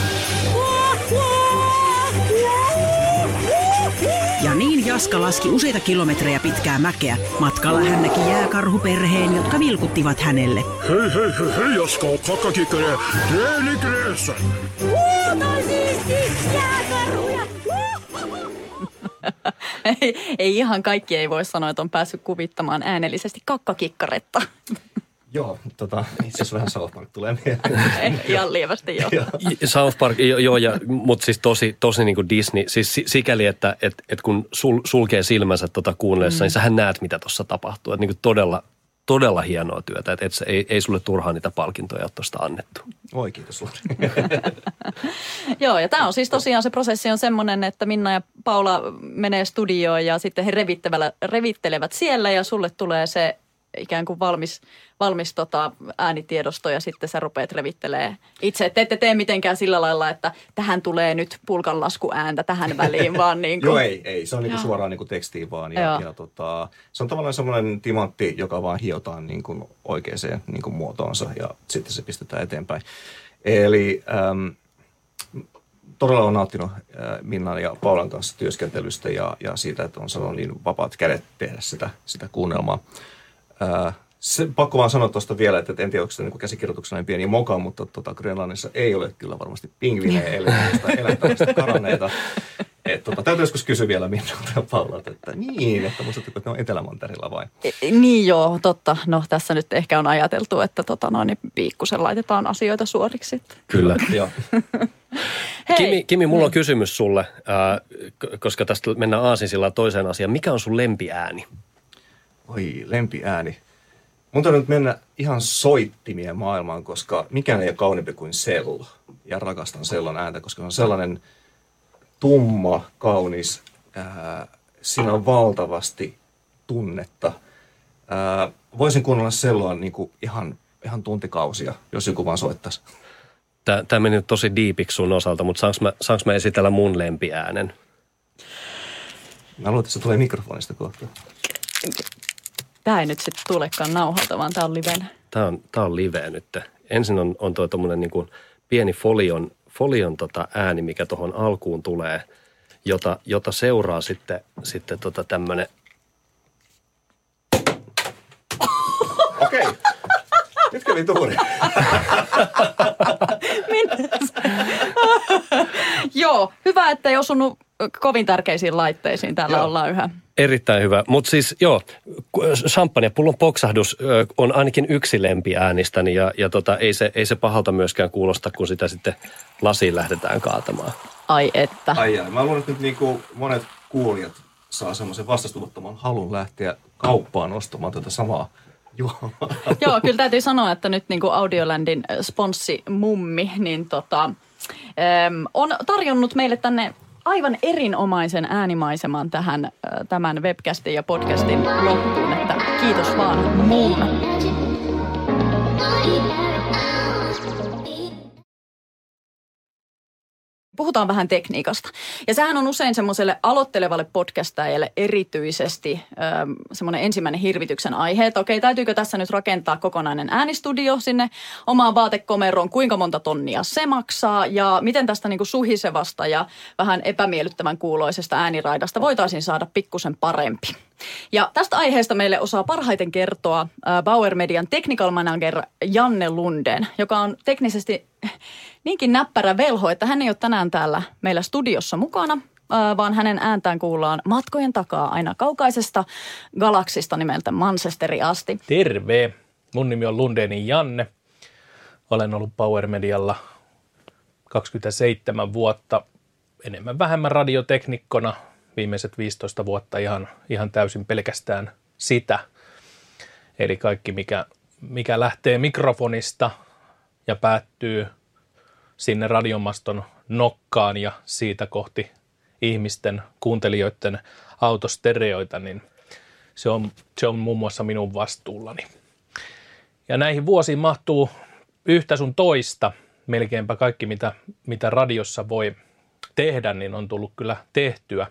I: Ja niin Jaska laski useita kilometrejä pitkää mäkeä. Matkalla hän näki jääkarhuperheen, jotka vilkuttivat hänelle.
J: Hei, hei, hei, hei, Jaska, kakkakikkare, treenikreessä.
H: Uuu, toi siisti, jääkarhuja.
E: ei, ei ihan kaikki ei voi sanoa, että on päässyt kuvittamaan äänellisesti kakkakikkaretta.
D: Joo, tota, itse asiassa vähän South Park tulee mieleen.
E: Ihan lievästi joo.
F: South Park, joo, jo, ja, mutta siis tosi, tosi niin kuin Disney, siis sikäli, että et, et kun sul, sulkee silmänsä tota kuunnellessa, mm. niin sähän näet, mitä tuossa tapahtuu. Että niin kuin todella, todella hienoa työtä, että et se, ei, ei sulle turhaan niitä palkintoja ole tuosta annettu.
D: Oi, kiitos sulle.
E: Joo, ja tämä on siis tosiaan se prosessi on semmoinen, että Minna ja Paula menee studioon ja sitten he revittelevät siellä ja sulle tulee se ikään kuin valmis, valmis tota äänitiedosto ja sitten sä rupeat revittelee itse. Että ette tee mitenkään sillä lailla, että tähän tulee nyt pulkanlaskuääntä tähän väliin, vaan niin kuin...
D: Joo, ei, ei. Se on niin kuin suoraan niin kuin tekstiin vaan. Ja, ja tota, se on tavallaan semmoinen timantti, joka vaan hiotaan niin kuin oikeaan niin kuin muotoonsa ja sitten se pistetään eteenpäin. Eli äm, todella olen nauttinut äh, Minnan ja Paulan kanssa työskentelystä ja, ja siitä, että on saanut niin vapaat kädet tehdä sitä, sitä kuunnelmaa. Äh, se, pakko vaan sanoa tuosta vielä, että en tiedä, onko se niin käsikirjoituksena niin pieni moka, mutta tota, Grönlannissa ei ole kyllä varmasti pingvinejä elämästä, elättävästä karanneita. Tota, täytyy joskus kysyä vielä Minnalta ja Paulalta, että niin, että muistatteko, että ne on Etelämantereella vai? E,
E: niin joo, totta. No tässä nyt ehkä on ajateltu, että tota, no, niin piikkusen laitetaan asioita suoriksi.
F: Kyllä. Joo. Kimi, Kimi, mulla on kysymys sulle, äh, koska tästä mennään aasinsillaan toiseen asiaan. Mikä on sun lempiääni?
D: Oi, lempiääni. Mun täytyy nyt mennä ihan soittimien maailmaan, koska mikään ei ole kauniimpi kuin sello. Ja rakastan sellon ääntä, koska se on sellainen tumma, kaunis. Ää, siinä on valtavasti tunnetta. Ää, voisin kuunnella selloa niin kuin ihan, ihan tuntikausia, jos joku vaan soittaisi.
F: Tämä meni nyt tosi diipiksi sun osalta, mutta saanko mä, saanko mä esitellä mun lempiäänen?
D: Mä luulen, että se tulee mikrofonista kohta.
E: Tämä ei nyt sitten tulekaan nauhalta, vaan tämä on livenä.
F: Tämä on, tämä on liveä nyt. Ensin on, on tuo tommoinen niin kuin pieni folion, folion tota ääni, mikä tuohon alkuun tulee, jota, jota seuraa sitten, sitten tota tämmöinen.
D: Okei. Nyt kävi tuuri.
E: Joo, hyvä, että ei osunut kovin tärkeisiin laitteisiin. Täällä joo. Ollaan yhä.
F: Erittäin hyvä. Mutta siis joo, champagnepullon poksahdus on ainakin yksi lempiäänistäni ja, ja tota, ei, se, ei se pahalta myöskään kuulosta, kun sitä sitten lasiin lähdetään kaatamaan.
E: Ai että.
D: Ai ai. Mä luulen, että nyt niin kuin monet kuulijat saa semmoisen vastastuvattoman halun lähteä kauppaan ostamaan tätä samaa juomaa.
E: Joo, kyllä täytyy sanoa, että nyt niin kuin Audiolandin sponssimummi niin tota, äm, on tarjonnut meille tänne aivan erinomaisen äänimaiseman tähän tämän webcastin ja podcastin loppuun, että kiitos vaan mum. Puhutaan vähän tekniikasta. Ja sehän on usein semmoiselle aloittelevalle podcastajalle erityisesti ähm, semmoinen ensimmäinen hirvityksen aihe, että okei, täytyykö tässä nyt rakentaa kokonainen äänistudio sinne omaan vaatekomeroon, kuinka monta tonnia se maksaa ja miten tästä niinku suhisevasta ja vähän epämiellyttävän kuuloisesta ääniraidasta voitaisiin saada pikkusen parempi. Ja tästä aiheesta meille osaa parhaiten kertoa äh, Bauer Median technical manager Janne Lundén, joka on teknisesti niinkin näppärä velho, että hän ei ole tänään täällä meillä studiossa mukana, äh, vaan hänen ääntään kuullaan matkojen takaa aina kaukaisesta galaksista nimeltä Manchesteri asti.
K: Terve! Mun nimi on Lundénin Janne. Olen ollut Bauer Medialla kaksikymmentäseitsemän vuotta, enemmän vähemmän radioteknikkona. Viimeiset viisitoista vuotta ihan, ihan täysin pelkästään sitä. Eli kaikki, mikä, mikä lähtee mikrofonista ja päättyy sinne radiomaston nokkaan ja siitä kohti ihmisten, kuuntelijoiden autostereoita, niin se on, se on muun muassa minun vastuullani. Ja näihin vuosiin mahtuu yhtä sun toista. Melkeinpä kaikki, mitä, mitä radiossa voi tehdä, niin on tullut kyllä tehtyä.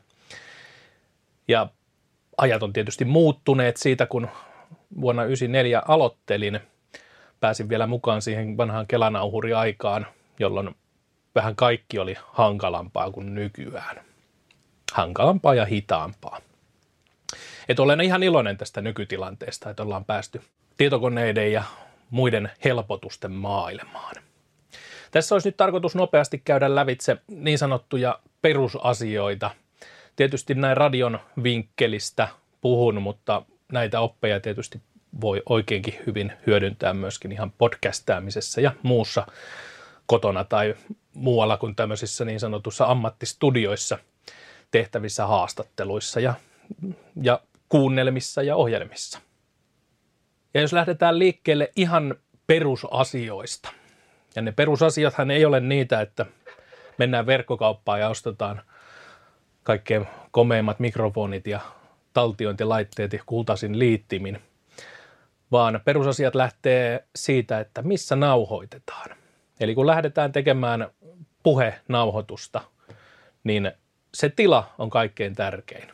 K: Ja ajat on tietysti muuttuneet siitä, kun vuonna yhdeksänkymmentäneljä aloittelin. Pääsin vielä mukaan siihen vanhaan kelanauhuriaikaan, jolloin vähän kaikki oli hankalampaa kuin nykyään. Hankalampaa ja hitaampaa. Et olen ihan iloinen tästä nykytilanteesta, että ollaan päästy tietokoneiden ja muiden helpotusten maailmaan. Tässä olisi nyt tarkoitus nopeasti käydä lävitse niin sanottuja perusasioita. Tietysti näin radion vinkkelistä puhun, mutta näitä oppeja tietysti voi oikeinkin hyvin hyödyntää myöskin ihan podcastaamisessa ja muussa kotona tai muualla kuin tämmöisissä niin sanotussa ammattistudioissa tehtävissä haastatteluissa ja, ja kuunnelmissa ja ohjelmissa. Ja jos lähdetään liikkeelle ihan perusasioista, ja ne perusasiathan ei ole niitä, että mennään verkkokauppaan ja ostetaan kaikkein komeimmat mikrofonit ja taltiointilaitteet ja kultaisin liittimin, vaan perusasiat lähtee siitä, että missä nauhoitetaan. Eli kun lähdetään tekemään puhenauhoitusta, niin se tila on kaikkein tärkein.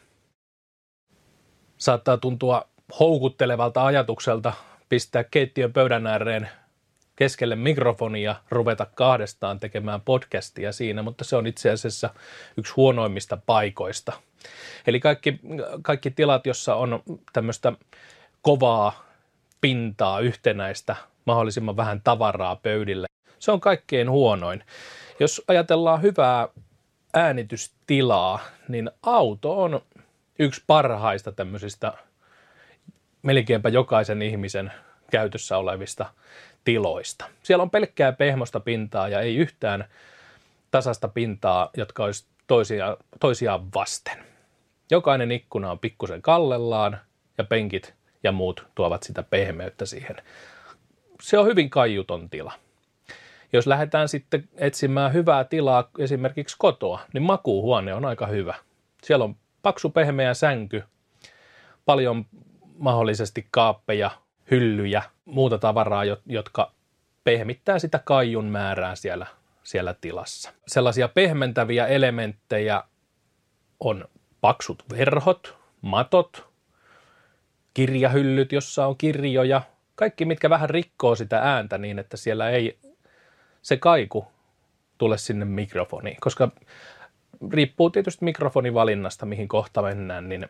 K: Saattaa tuntua houkuttelevalta ajatukselta pistää keittiön pöydän ääreen keskelle mikrofonia, ruveta kahdestaan tekemään podcastia siinä, mutta se on itse asiassa yksi huonoimmista paikoista. Eli kaikki, kaikki tilat, jossa on tämmöistä kovaa pintaa, yhtenäistä, mahdollisimman vähän tavaraa pöydille, se on kaikkein huonoin. Jos ajatellaan hyvää äänitystilaa, niin auto on yksi parhaista tämmöisistä melkeinpä jokaisen ihmisen käytössä olevista tiloista. Siellä on pelkkää pehmosta pintaa ja ei yhtään tasasta pintaa, jotka olisi toisia, toisiaan vasten. Jokainen ikkuna on pikkusen kallellaan ja penkit ja muut tuovat sitä pehmeyttä siihen. Se on hyvin kaiuton tila. Jos lähdetään sitten etsimään hyvää tilaa esimerkiksi kotoa, niin makuuhuone on aika hyvä. Siellä on paksu pehmeä sänky, paljon mahdollisesti kaappeja, hyllyjä, muuta tavaraa, jotka pehmittää sitä kaiun määrää siellä, siellä tilassa. Sellaisia pehmentäviä elementtejä on paksut verhot, matot, kirjahyllyt, jossa on kirjoja, kaikki mitkä vähän rikkoo sitä ääntä niin, että siellä ei se kaiku tule sinne mikrofoniin, koska riippuu tietysti mikrofonin valinnasta, mihin kohta mennään, niin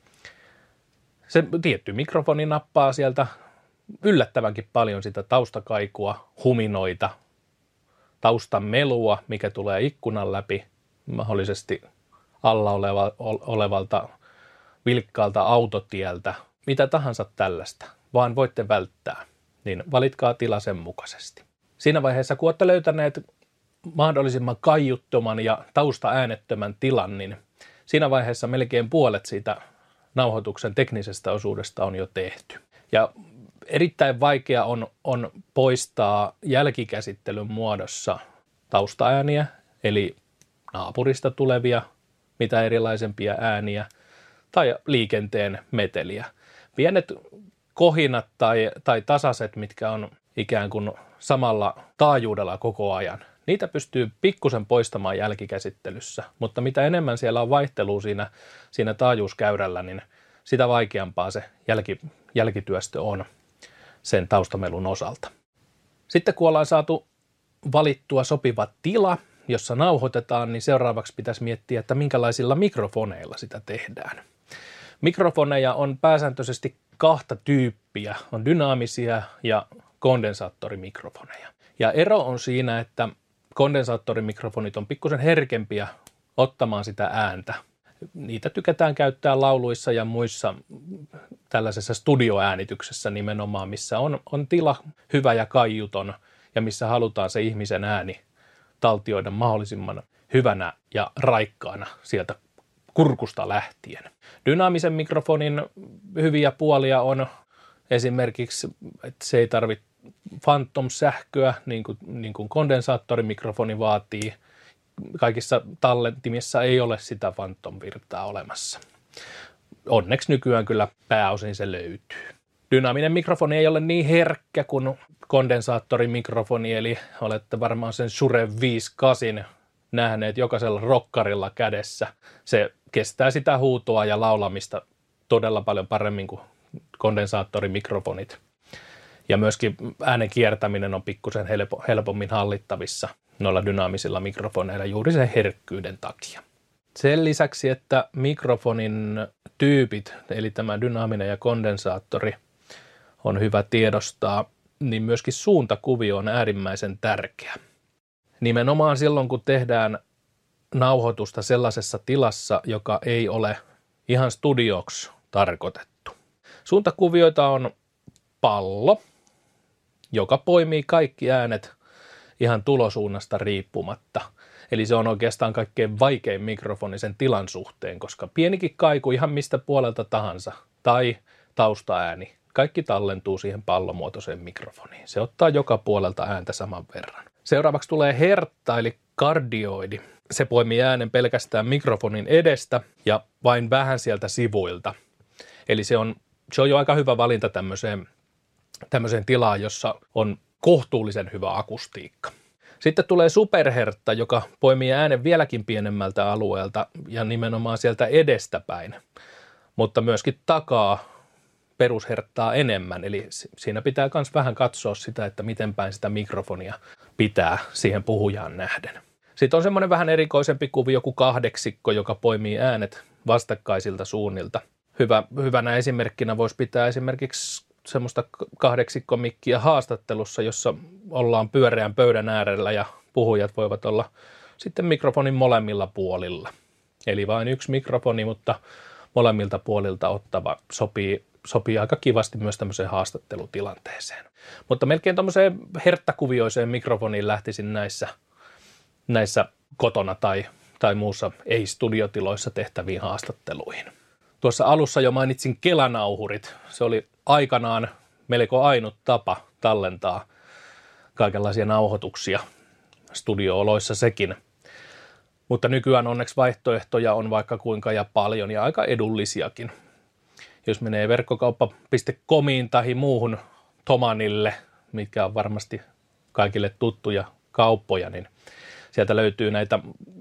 K: se tietty mikrofoni nappaa sieltä yllättävänkin paljon sitä taustakaikua, huminoita, taustan melua, mikä tulee ikkunan läpi, mahdollisesti alla oleva, olevalta vilkkaalta autotieltä, mitä tahansa tällaista, vaan voitte välttää, niin valitkaa tila sen mukaisesti. Siinä vaiheessa, kun olette löytäneet mahdollisimman kaiuttoman ja taustaäänettömän tilan, niin siinä vaiheessa melkein puolet siitä nauhoituksen teknisestä osuudesta on jo tehty. Ja erittäin vaikea on, on poistaa jälkikäsittelyn muodossa taustaääniä, eli naapurista tulevia, mitä erilaisempia ääniä, tai liikenteen meteliä. Pienet kohinat tai, tai tasaset, mitkä on ikään kuin samalla taajuudella koko ajan, Niitä pystyy pikkusen poistamaan jälkikäsittelyssä, mutta mitä enemmän siellä on vaihtelua siinä, siinä taajuuskäyrällä, niin sitä vaikeampaa se jälki, jälkityöstö on sen taustamelun osalta. Sitten kun ollaan saatu valittua sopiva tila, jossa nauhoitetaan, niin seuraavaksi pitäisi miettiä, että minkälaisilla mikrofoneilla sitä tehdään. Mikrofoneja on pääsääntöisesti kahta tyyppiä, on dynaamisia ja kondensaattorimikrofoneja. Ja ero on siinä, että kondensaattorimikrofonit on pikkusen herkempiä ottamaan sitä ääntä. Niitä tykätään käyttää lauluissa ja muissa tällaisessa studioäänityksessä nimenomaan, missä on, on tila hyvä ja kaiuton ja missä halutaan se ihmisen ääni taltioida mahdollisimman hyvänä ja raikkaana sieltä kurkusta lähtien. Dynaamisen mikrofonin hyviä puolia on esimerkiksi, että se ei tarvitse phantom-sähköä, niin kuin, niin kuin kondensaattorimikrofoni vaatii. Kaikissa tallentimissa ei ole sitä phantom-virtaa olemassa. Onneksi nykyään kyllä pääosin se löytyy. Dynaaminen mikrofoni ei ole niin herkkä kuin kondensaattorimikrofoni, eli olette varmaan sen Shure viisikymmentäkahdeksan nähneet jokaisella rokkarilla kädessä. Se kestää sitä huutoa ja laulamista todella paljon paremmin kuin kondensaattorimikrofonit. Ja myöskin äänen kiertäminen on pikkusen helpo, helpommin hallittavissa noilla dynaamisilla mikrofoneilla juuri sen herkkyyden takia. Sen lisäksi, että mikrofonin tyypit, eli tämä dynaaminen ja kondensaattori, on hyvä tiedostaa, niin myöskin suuntakuvio on äärimmäisen tärkeä. Nimenomaan silloin, kun tehdään nauhoitusta sellaisessa tilassa, joka ei ole ihan studioksi tarkoitettu. Suuntakuvioita on pallo, joka poimii kaikki äänet ihan tulosuunnasta riippumatta. Eli se on oikeastaan kaikkein vaikein mikrofoni sen tilan suhteen, koska pienikin kaiku ihan mistä puolelta tahansa tai taustaääni, kaikki tallentuu siihen pallomuotoiseen mikrofoniin. Se ottaa joka puolelta ääntä saman verran. Seuraavaksi tulee hertta eli kardioidi. Se poimii äänen pelkästään mikrofonin edestä ja vain vähän sieltä sivuilta. Eli se on, se on jo aika hyvä valinta tämmöiseen, tämmöiseen tilaan, jossa on kohtuullisen hyvä akustiikka. Sitten tulee superhertta, joka poimii äänen vieläkin pienemmältä alueelta ja nimenomaan sieltä edestäpäin, mutta myöskin takaa perusherttaa enemmän. Eli siinä pitää myös vähän katsoa sitä, että miten päin sitä mikrofonia pitää siihen puhujaan nähden. Sitten on semmoinen vähän erikoisempi kuvio, joku kahdeksikko, joka poimii äänet vastakkaisilta suunnilta. Hyvä, hyvänä esimerkkinä voisi pitää esimerkiksi semmoista kahdeksikkomikkiä haastattelussa, jossa ollaan pyöreän pöydän äärellä ja puhujat voivat olla sitten mikrofonin molemmilla puolilla. Eli vain yksi mikrofoni, mutta molemmilta puolilta ottava sopii, sopii aika kivasti myös tämmöiseen haastattelutilanteeseen. Mutta melkein tuommoiseen herttakuvioiseen mikrofoniin lähtisin näissä, näissä kotona tai, tai muussa ei-studiotiloissa tehtäviin haastatteluihin. Tuossa alussa jo mainitsin kelanauhurit. Se oli aikanaan melko ainut tapa tallentaa kaikenlaisia nauhoituksia studio-oloissa sekin. Mutta nykyään onneksi vaihtoehtoja on vaikka kuinka ja paljon ja aika edullisiakin. Jos menee verkkokauppa piste comiin tai muuhun Thomanille, mitkä on varmasti kaikille tuttuja kauppoja, niin sieltä löytyy näitä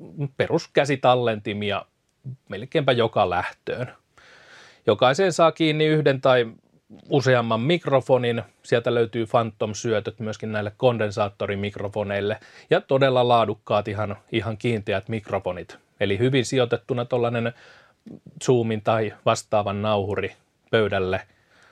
K: peruskäsitallentimia melkeinpä joka lähtöön. Jokaiseen saa kiinni yhden tai useamman mikrofonin. Sieltä löytyy phantom-syötöt myöskin näille kondensaattorimikrofoneille ja todella laadukkaat ihan, ihan kiinteät mikrofonit. Eli hyvin sijoitettuna tuollainen Zoomin tai vastaavan nauhuri pöydälle,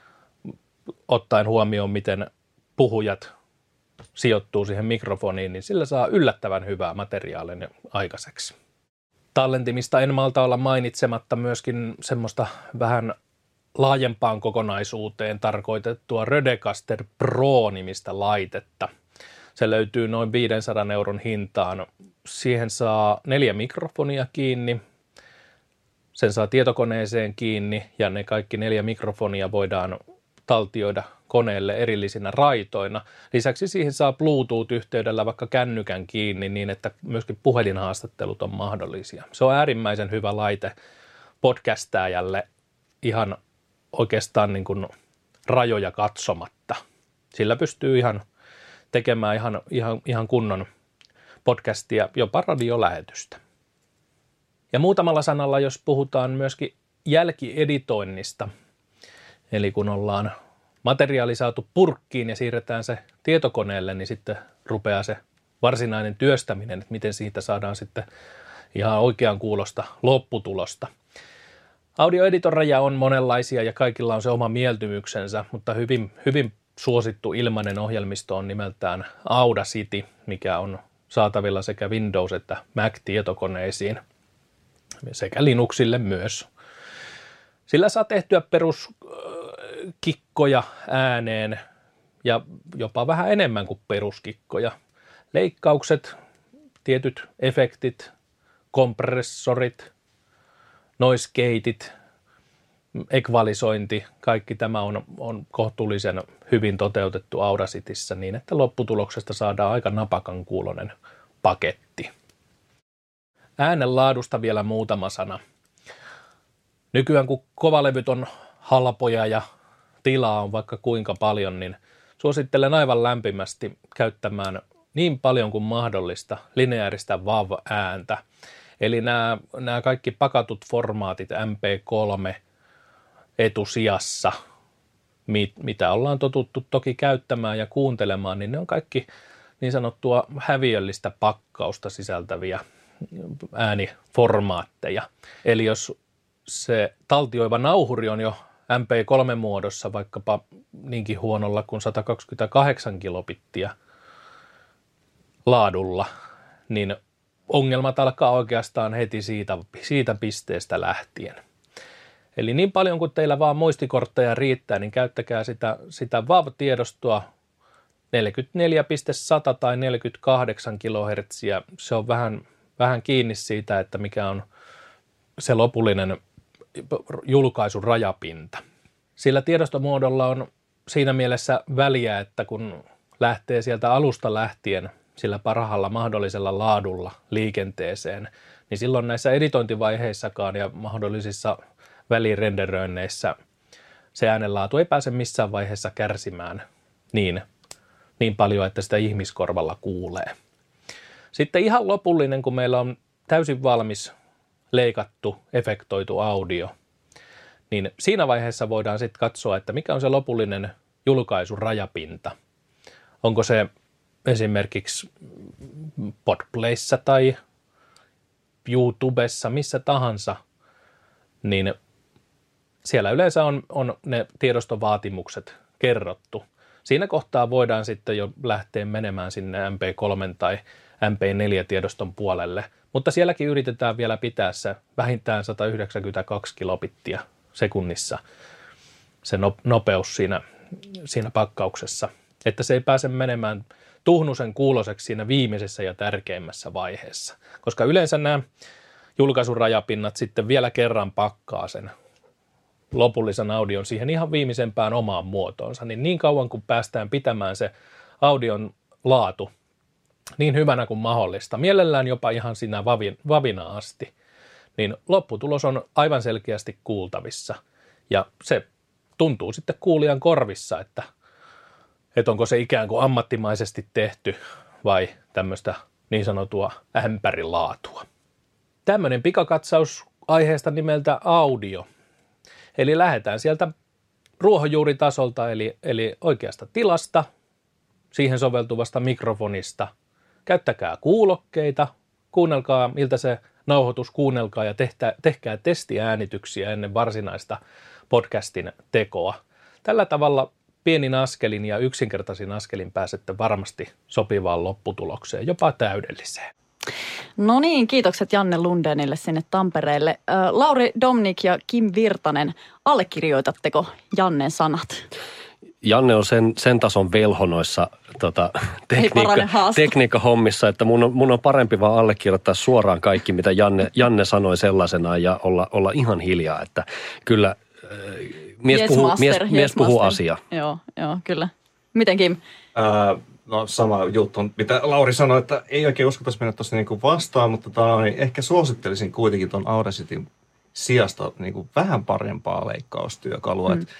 K: ottaen huomioon, miten puhujat sijoittuu siihen mikrofoniin, niin sillä saa yllättävän hyvää materiaalia aikaiseksi. Tallentimista en malta olla mainitsematta myöskin semmoista vähän laajempaan kokonaisuuteen tarkoitettua Rodecaster Pro-nimistä laitetta. Se löytyy noin viisisataa euron hintaan. Siihen saa neljä mikrofonia kiinni, sen saa tietokoneeseen kiinni ja ne kaikki neljä mikrofonia voidaan taltioida koneelle erillisinä raitoina. Lisäksi siihen saa Bluetooth-yhteydellä vaikka kännykän kiinni niin, että myöskin puhelinhaastattelut on mahdollisia. Se on äärimmäisen hyvä laite podcastajalle ihan oikeastaan niin kuin rajoja katsomatta. Sillä pystyy ihan tekemään ihan, ihan, ihan kunnon podcastia, jopa radiolähetystä. Ja muutamalla sanalla, jos puhutaan myöskin jälkieditoinnista, eli kun ollaan materiaali saatu purkkiin ja siirretään se tietokoneelle, niin sitten rupeaa se varsinainen työstäminen, että miten siitä saadaan sitten ihan oikean kuulosta lopputulosta. Audioeditoreja on monenlaisia ja kaikilla on se oma mieltymyksensä, mutta hyvin, hyvin suosittu ilmainen ohjelmisto on nimeltään Audacity, mikä on saatavilla sekä Windows- että Mac-tietokoneisiin sekä Linuxille myös. Sillä saa tehtyä peruskikkoja ääneen ja jopa vähän enemmän kuin peruskikkoja. Leikkaukset, tietyt efektit, kompressorit, noise gatea, ekvalisointi, kaikki tämä on, on kohtuullisen hyvin toteutettu Audacityssä niin, että lopputuloksesta saadaan aika napakan kuulonen paketti. Äänenlaadusta vielä muutama sana. Nykyään kun kovalevyt on halpoja ja tilaa on vaikka kuinka paljon, niin suosittelen aivan lämpimästi käyttämään niin paljon kuin mahdollista lineaarista W A V-ääntä. Eli nämä, nämä kaikki pakatut formaatit M P kolme etusijassa, mitä ollaan totuttu toki käyttämään ja kuuntelemaan, niin ne on kaikki niin sanottua häviöllistä pakkausta sisältäviä ääniformaatteja. Eli jos se taltioiva nauhuri on jo M P kolme muodossa vaikkapa niinkin huonolla kuin sata kaksikymmentäkahdeksan kilobittiä laadulla, niin ongelmat alkaa oikeastaan heti siitä, siitä pisteestä lähtien. Eli niin paljon kuin teillä vaan muistikortteja riittää, niin käyttäkää sitä, sitä W A V-tiedostoa neljäkymmentäneljä pilkku sata tai neljäkymmentäkahdeksan kilohertsiä. Se on vähän, vähän kiinni siitä, että mikä on se lopullinen julkaisun rajapinta. Sillä tiedostomuodolla on siinä mielessä väliä, että kun lähtee sieltä alusta lähtien sillä parhaalla mahdollisella laadulla liikenteeseen, niin silloin näissä editointivaiheissakaan ja mahdollisissa välirenderöinneissä se äänenlaatu ei pääse missään vaiheessa kärsimään niin, niin paljon, että sitä ihmiskorvalla kuulee. Sitten ihan lopullinen, kun meillä on täysin valmis leikattu, efektoitu audio, niin siinä vaiheessa voidaan sitten katsoa, että mikä on se lopullinen julkaisun rajapinta. Onko se esimerkiksi Podplayssa tai YouTubessa, missä tahansa, niin siellä yleensä on, on ne tiedostovaatimukset kerrottu. Siinä kohtaa voidaan sitten jo lähteä menemään sinne M P kolme tai M P neljä tiedoston puolelle, mutta sielläkin yritetään vielä pitää se vähintään sata yhdeksänkymmentäkaksi kilobittiä sekunnissa se nopeus siinä, siinä pakkauksessa, että se ei pääse menemään tuhnusen kuuloseksi siinä viimeisessä ja tärkeimmässä vaiheessa, koska yleensä nämä julkaisun rajapinnat sitten vielä kerran pakkaa sen lopullisen audion siihen ihan viimeisempään omaan muotoonsa, niin niin kauan kun päästään pitämään se audion laatu niin hyvänä kuin mahdollista, mielellään jopa ihan siinä vavina asti, niin lopputulos on aivan selkeästi kuultavissa ja se tuntuu sitten kuulijan korvissa, että, että onko se ikään kuin ammattimaisesti tehty vai tämmöistä niin sanotua ämpärilaatua. Tämmöinen pikakatsaus aiheesta nimeltä audio. Eli lähdetään sieltä ruohonjuuritasolta, eli, eli oikeasta tilasta, siihen soveltuvasta mikrofonista. Käyttäkää kuulokkeita, kuunnelkaa miltä se nauhoitus, kuunnelkaa ja tehtä, tehkää testiäänityksiä ennen varsinaista podcastin tekoa. Tällä tavalla pienin askelin ja yksinkertaisin askelin pääsette varmasti sopivaan lopputulokseen, jopa täydelliseen.
E: No niin, kiitokset Janne Lundénille sinne Tampereelle. Lauri Domnik ja Kim Virtanen, allekirjoitatteko Jannen sanat?
F: Janne on sen, sen tason velho noissa tota, tekniikka, tekniikkahommissa, että mun on, mun on parempi vaan allekirjoittaa suoraan kaikki, mitä Janne, Janne sanoi sellaisenaan ja olla, olla ihan hiljaa, että kyllä äh, mies, yes, puhuu, master, mies, yes, mies puhuu asiaa.
E: Joo, joo, kyllä. Miten Kim?
D: Äh, no sama juttu, mitä Lauri sanoi, että ei oikein uskottaisi mennä tuossa niinku vastaan, mutta tota, niin ehkä suosittelisin kuitenkin tuon Audacityn sijasta niinku vähän parempaa leikkaustyökalua. Mm.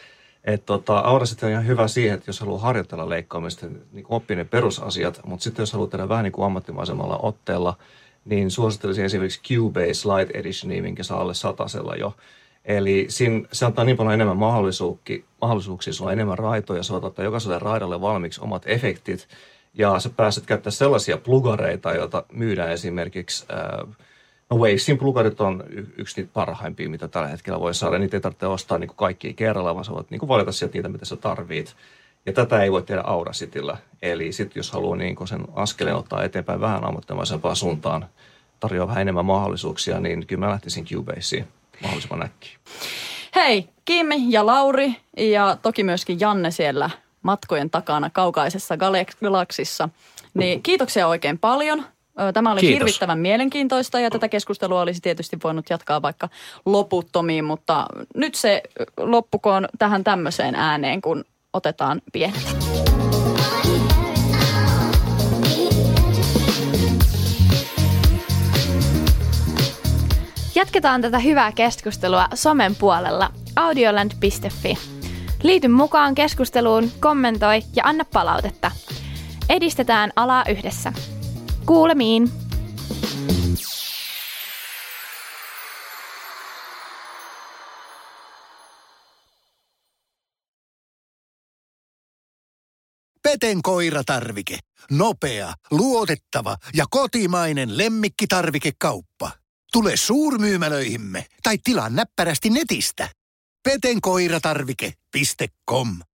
D: Että tota, Audacity on ihan hyvä siihen, että jos haluaa harjoitella leikkaamista, niin oppii ne perusasiat, mutta sitten jos haluaa tehdä vähän niin kuin ammattimaisemmalla otteella, niin suosittelisin esimerkiksi Cubase Lite Editionia, minkä saa alle satasella jo. Eli siinä, se antaa niin paljon enemmän mahdollisuuksia, mahdollisuuksia, sulla on enemmän raitoja, sä voit ottaa jokaiselle raidalle valmiiksi omat efektit, ja sä pääset käyttämään sellaisia plugareita, joita myydään esimerkiksi, äh, no Wavesin plugarit on y- yksi niitä parhaimpia, mitä tällä hetkellä voi saada. Niitä ei tarvitse ostaa niin kuin kaikkia kerralla, vaan sä voit niin kuin valita sieltä niitä, mitä sä tarvit. Ja tätä ei voi tehdä Audacityllä. Eli sitten jos haluaa niin kuin sen askeleen ottaa eteenpäin vähän ammattimaisempaan suuntaan, tarjoaa vähän enemmän mahdollisuuksia, niin kyllä mä lähtisin Cubaseen mahdollisimman äkkiä.
E: Hei, Kim ja Lauri ja toki myöskin Janne siellä matkojen takana kaukaisessa galaksissa. Niin kiitoksia oikein paljon. Tämä oli
F: Kiitos.
E: hirvittävän mielenkiintoista ja tätä keskustelua olisi tietysti voinut jatkaa vaikka loputtomiin, mutta nyt se loppukoon tähän tämmöiseen ääneen, kun otetaan pienet.
L: Jatketaan tätä hyvää keskustelua somen puolella audioland piste fi. Liity mukaan keskusteluun, kommentoi ja anna palautetta. Edistetään alaa yhdessä. Kuulemiin!
C: Peten koiratarvike. Nopea, luotettava ja kotimainen lemmikkitarvikekauppa. Tule suurmyymälöihimme tai tilaa näppärästi netistä. peten koiratarvike piste com